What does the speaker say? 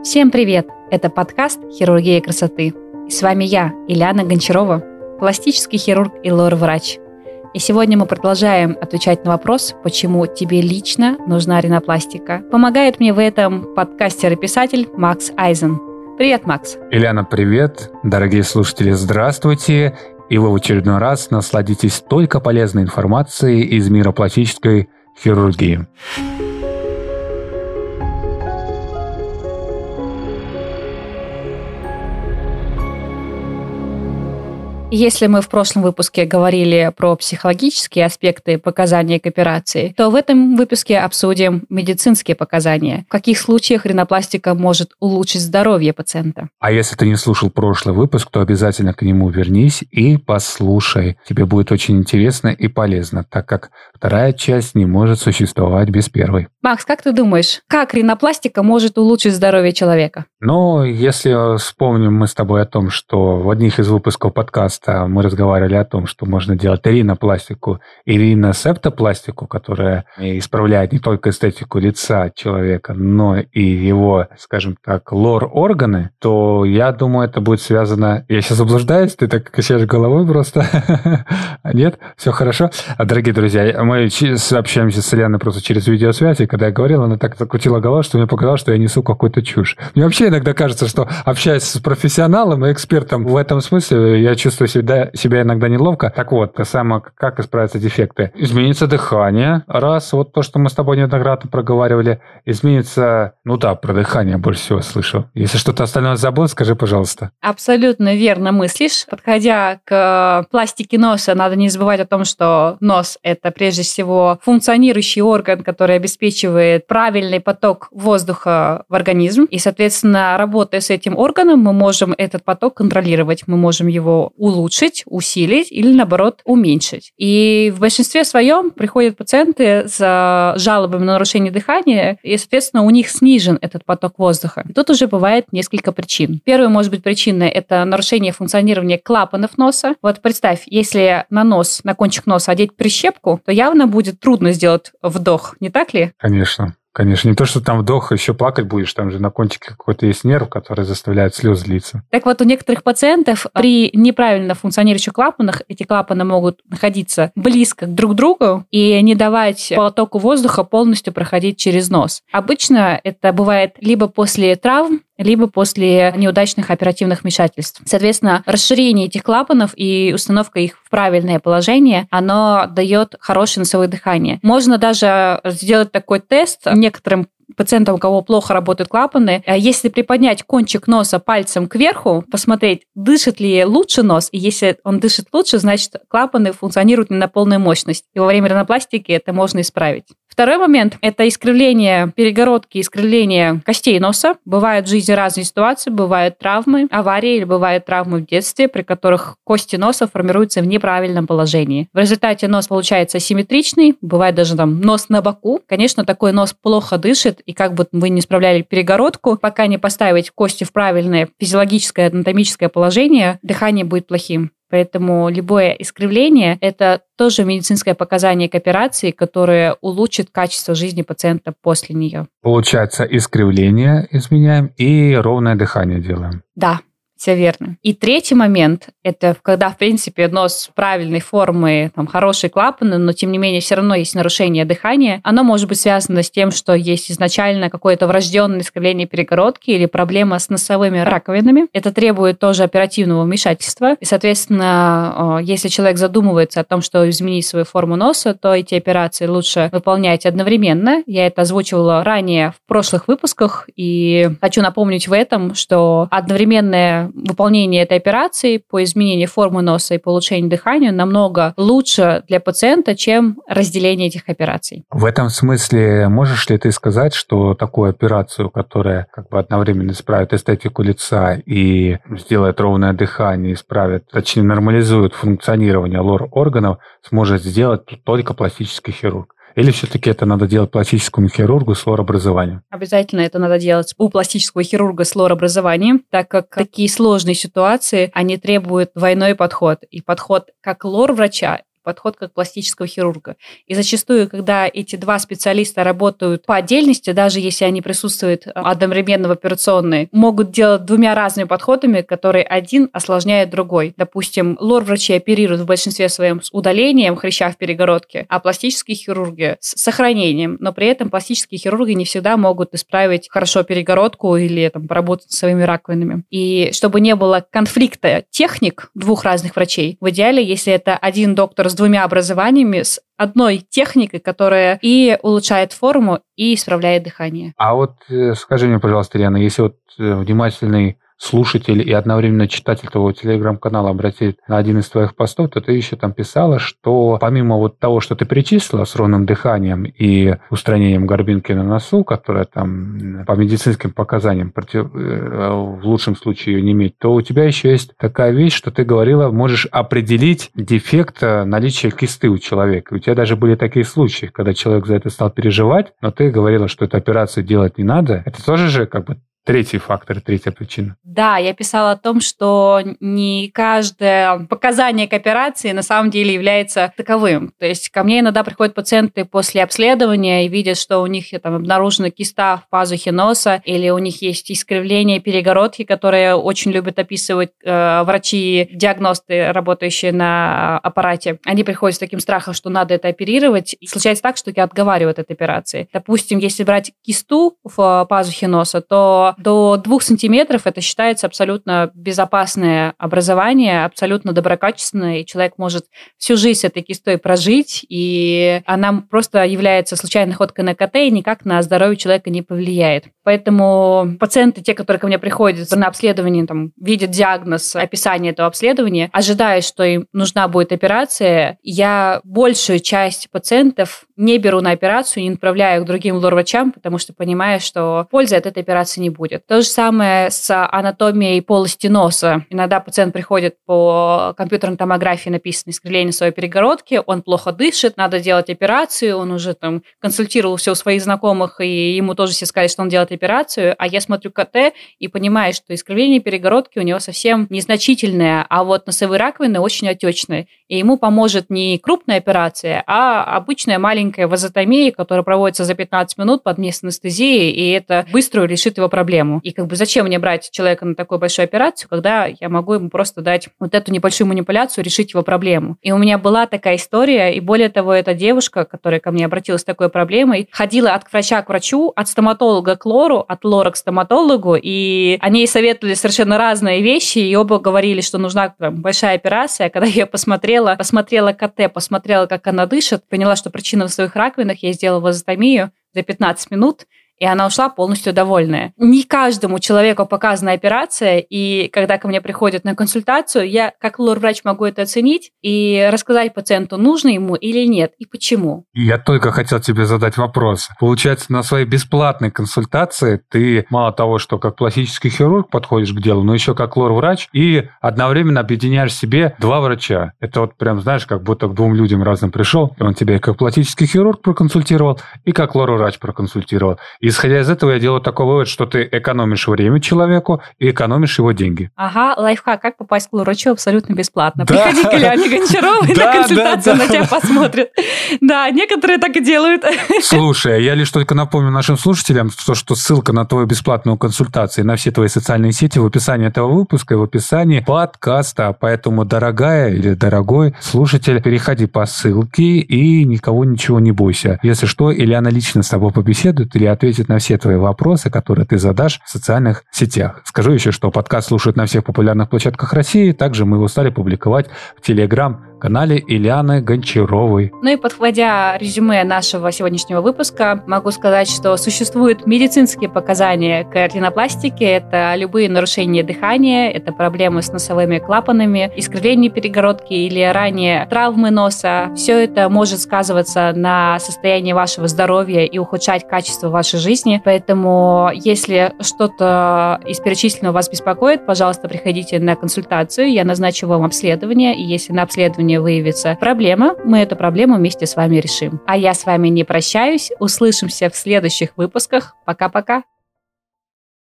Всем привет! Это подкаст «Хирургия красоты». И с вами я, Ильяна Гончарова, пластический хирург и лор-врач. И сегодня мы продолжаем отвечать на вопрос, почему тебе лично нужна ринопластика. Помогает мне в этом подкастер и писатель Макс Айзен. Привет, Макс! Ильяна, привет! Дорогие слушатели, здравствуйте! И вы в очередной раз насладитесь только полезной информацией из мира пластической хирургии. Если мы в прошлом выпуске говорили про психологические аспекты показаний к операции, то в этом выпуске обсудим медицинские показания. В каких случаях ринопластика может улучшить здоровье пациента? А если ты не слушал прошлый выпуск, то обязательно к нему вернись и послушай. Тебе будет очень интересно и полезно, так как вторая часть не может существовать без первой. Макс, как ты думаешь, как ринопластика может улучшить здоровье человека? Ну, если вспомним мы с тобой о том, что в одних из выпусков подкаста мы разговаривали о том, что можно делать ринопластику и риносептопластику, которая исправляет не только эстетику лица человека, но и его, скажем так, лор-органы, то я думаю, это будет связано... Я сейчас заблуждаюсь, ты так качаешь головой просто. Нет? Все хорошо? Дорогие друзья, мы общаемся с Ильяной просто через видеосвязь, и когда я говорил, она так закрутила голову, что мне показалось, что я несу какую-то чушь. Мне вообще иногда кажется, что, общаясь с профессионалом и экспертом в этом смысле, я чувствую себя иногда неловко. Так вот, как исправятся дефекты? Изменится дыхание, раз, вот то, что мы с тобой неоднократно проговаривали. Изменится, про дыхание больше всего слышу. Если что-то остальное забыл, скажи, пожалуйста. Абсолютно верно мыслишь. Подходя к пластике носа, надо не забывать о том, что нос – это прежде всего функционирующий орган, который обеспечивает правильный поток воздуха в организм. И, соответственно, работая с этим органом, мы можем этот поток контролировать, мы можем его улучшить, усилить или, наоборот, уменьшить. И в большинстве своем приходят пациенты с жалобами на нарушение дыхания, и, соответственно, у них снижен этот поток воздуха. И тут уже бывает несколько причин. Первая, может быть, причина – это нарушение функционирования клапанов носа. Вот представь, если на кончик носа одеть прищепку, то явно будет трудно сделать вдох, не так ли? Конечно. Конечно, не то, что там вдох, еще плакать будешь, там же на кончике какой-то есть нерв, который заставляет слезы литься. Так вот, у некоторых пациентов при неправильно функционирующих клапанах эти клапаны могут находиться близко друг к другу и не давать потоку воздуха полностью проходить через нос. Обычно это бывает либо после травм, либо после неудачных оперативных вмешательств. Соответственно, расширение этих клапанов и установка их в правильное положение, оно дает хорошее носовое дыхание. Можно даже сделать такой тест некоторым пациентам, у кого плохо работают клапаны, если приподнять кончик носа пальцем кверху, посмотреть, дышит ли лучше нос, и если он дышит лучше, значит, клапаны функционируют не на полную мощность. И во время ринопластики это можно исправить. Второй момент – это искривление перегородки, искривление костей носа. Бывают в жизни разные ситуации, бывают травмы, аварии или бывают травмы в детстве, при которых кости носа формируются в неправильном положении. В результате нос получается асимметричный, бывает даже нос на боку. Конечно, такой нос плохо дышит, и как бы вы ни справляли перегородку, пока не поставить кости в правильное физиологическое, анатомическое положение, дыхание будет плохим. Поэтому любое искривление – это тоже медицинское показание к операции, которое улучшит качество жизни пациента после нее. Получается, искривление изменяем и ровное дыхание делаем. Да. Все верно. И третий момент – это когда, в принципе, нос правильной формы, хорошие клапаны, но, тем не менее, все равно есть нарушение дыхания. Оно может быть связано с тем, что есть изначально какое-то врожденное искривление перегородки или проблема с носовыми раковинами. Это требует тоже оперативного вмешательства. И, соответственно, если человек задумывается о том, что изменить свою форму носа, то эти операции лучше выполнять одновременно. Я это озвучивала ранее в прошлых выпусках, и хочу напомнить в этом, что одновременное выполнение этой операции по изменению формы носа и по улучшению дыхания намного лучше для пациента, чем разделение этих операций. В этом смысле можешь ли ты сказать, что такую операцию, которая одновременно исправит эстетику лица и сделает ровное дыхание, точнее нормализует функционирование лор-органов, сможет сделать только пластический хирург? Или все-таки это надо делать пластическому хирургу с лор-образованием? Обязательно это надо делать у пластического хирурга с лор-образованием, так как такие сложные ситуации, они требуют двойной подход. И подход как лор-врача, подход как пластического хирурга. И зачастую, когда эти два специалиста работают по отдельности, даже если они присутствуют одновременно в операционной, могут делать двумя разными подходами, которые один осложняет другой. Допустим, лор-врачи оперируют в большинстве своем с удалением хряща в перегородке, а пластические хирурги с сохранением. Но при этом пластические хирурги не всегда могут исправить хорошо перегородку или поработать со своими раковинами. И чтобы не было конфликта техник двух разных врачей, в идеале, если это один доктор с двумя образованиями, с одной техникой, которая и улучшает форму, и исправляет дыхание. А вот скажи мне, пожалуйста, Лена, если внимательный слушатель и одновременно читатель твоего телеграм-канала обратит на один из твоих постов, то ты еще там писала, что помимо того, что ты перечислила с ровным дыханием и устранением горбинки на носу, которая там по медицинским показаниям в лучшем случае ее не иметь, то у тебя еще есть такая вещь, что ты говорила, можешь определить дефект наличия кисты у человека. У тебя даже были такие случаи, когда человек за это стал переживать, но ты говорила, что эту операцию делать не надо. Это тоже же третий фактор, третья причина. Да, я писала о том, что не каждое показание к операции на самом деле является таковым. То есть ко мне иногда приходят пациенты после обследования и видят, что у них обнаружена киста в пазухе носа, или у них есть искривление перегородки, которые очень любят описывать врачи-диагносты, работающие на аппарате. Они приходят с таким страхом, что надо это оперировать. И случается так, что я отговариваю от этой операции. Допустим, если брать кисту в пазухе носа, то до 2 сантиметров это считается абсолютно безопасное образование, абсолютно доброкачественное, и человек может всю жизнь с этой кистой прожить, и она просто является случайной находкой на КТ и никак на здоровье человека не повлияет. Поэтому пациенты, те, которые ко мне приходят на обследование, видят диагноз, описание этого обследования, ожидая, что им нужна будет операция, я большую часть пациентов не беру на операцию, не направляю к другим лор-врачам, потому что понимаю, что пользы от этой операции не будет. То же самое с анатомией полости носа. Иногда пациент приходит по компьютерной томографии, написано искривление своей перегородки, он плохо дышит, надо делать операцию, он уже консультировал все у своих знакомых, и ему тоже все сказали, что он делает операцию, а я смотрю КТ и понимаю, что искривление перегородки у него совсем незначительное, а вот носовые раковины очень отечные. И ему поможет не крупная операция, а обычная маленькая вазотомия, которая проводится за 15 минут под местной анестезией, и это быстро решит его проблему. И зачем мне брать человека на такую большую операцию, когда я могу ему просто дать вот эту небольшую манипуляцию, решить его проблему. И у меня была такая история, и более того, эта девушка, которая ко мне обратилась с такой проблемой, ходила от врача к врачу, от стоматолога к лору, от лора к стоматологу, и они ей советовали совершенно разные вещи, и оба говорили, что нужна большая операция. Когда я посмотрела КТ, посмотрела, как она дышит, поняла, что причина в своих раковинах, я сделала вазотомию за 15 минут, и она ушла полностью довольная. Не каждому человеку показана операция, и когда ко мне приходят на консультацию, я как лор-врач могу это оценить и рассказать пациенту, нужно ему или нет, и почему. Я только хотел тебе задать вопрос. Получается, на своей бесплатной консультации ты мало того, что как пластический хирург подходишь к делу, но еще как лор-врач, и одновременно объединяешь в себе два врача. Это прям, знаешь, как будто к двум людям разным пришел, и он тебя и как пластический хирург проконсультировал, и как лор-врач проконсультировал. Исходя из этого, я делаю такой вывод, что ты экономишь время человеку и экономишь его деньги. Ага, лайфхак, как попасть к лор-врачу абсолютно бесплатно. Да. Приходи к Ляне Гончаровой на консультацию, на тебя посмотрят. Да, некоторые так и делают. Слушай, я лишь только напомню нашим слушателям, что ссылка на твою бесплатную консультацию, на все твои социальные сети в описании этого выпуска и в описании подкаста. Поэтому, дорогая или дорогой слушатель, переходи по ссылке и никого ничего не бойся. Если что, Ильяна лично с тобой побеседует или ответит на все твои вопросы, которые ты задашь в социальных сетях. Скажу еще, что подкаст слушают на всех популярных площадках России. Также мы его стали публиковать в Телеграм-канале Ильяны Гончаровой. Ну и подводя резюме нашего сегодняшнего выпуска, могу сказать, что существуют медицинские показания к ринопластике. Это любые нарушения дыхания, это проблемы с носовыми клапанами, искривление перегородки или ранее травмы носа. Все это может сказываться на состоянии вашего здоровья и ухудшать качество вашей жизни. Поэтому, если что-то из перечисленного вас беспокоит, пожалуйста, приходите на консультацию, я назначу вам обследование, и если на обследовании выявится проблема, мы эту проблему вместе с вами решим. А я с вами не прощаюсь, услышимся в следующих выпусках. Пока-пока!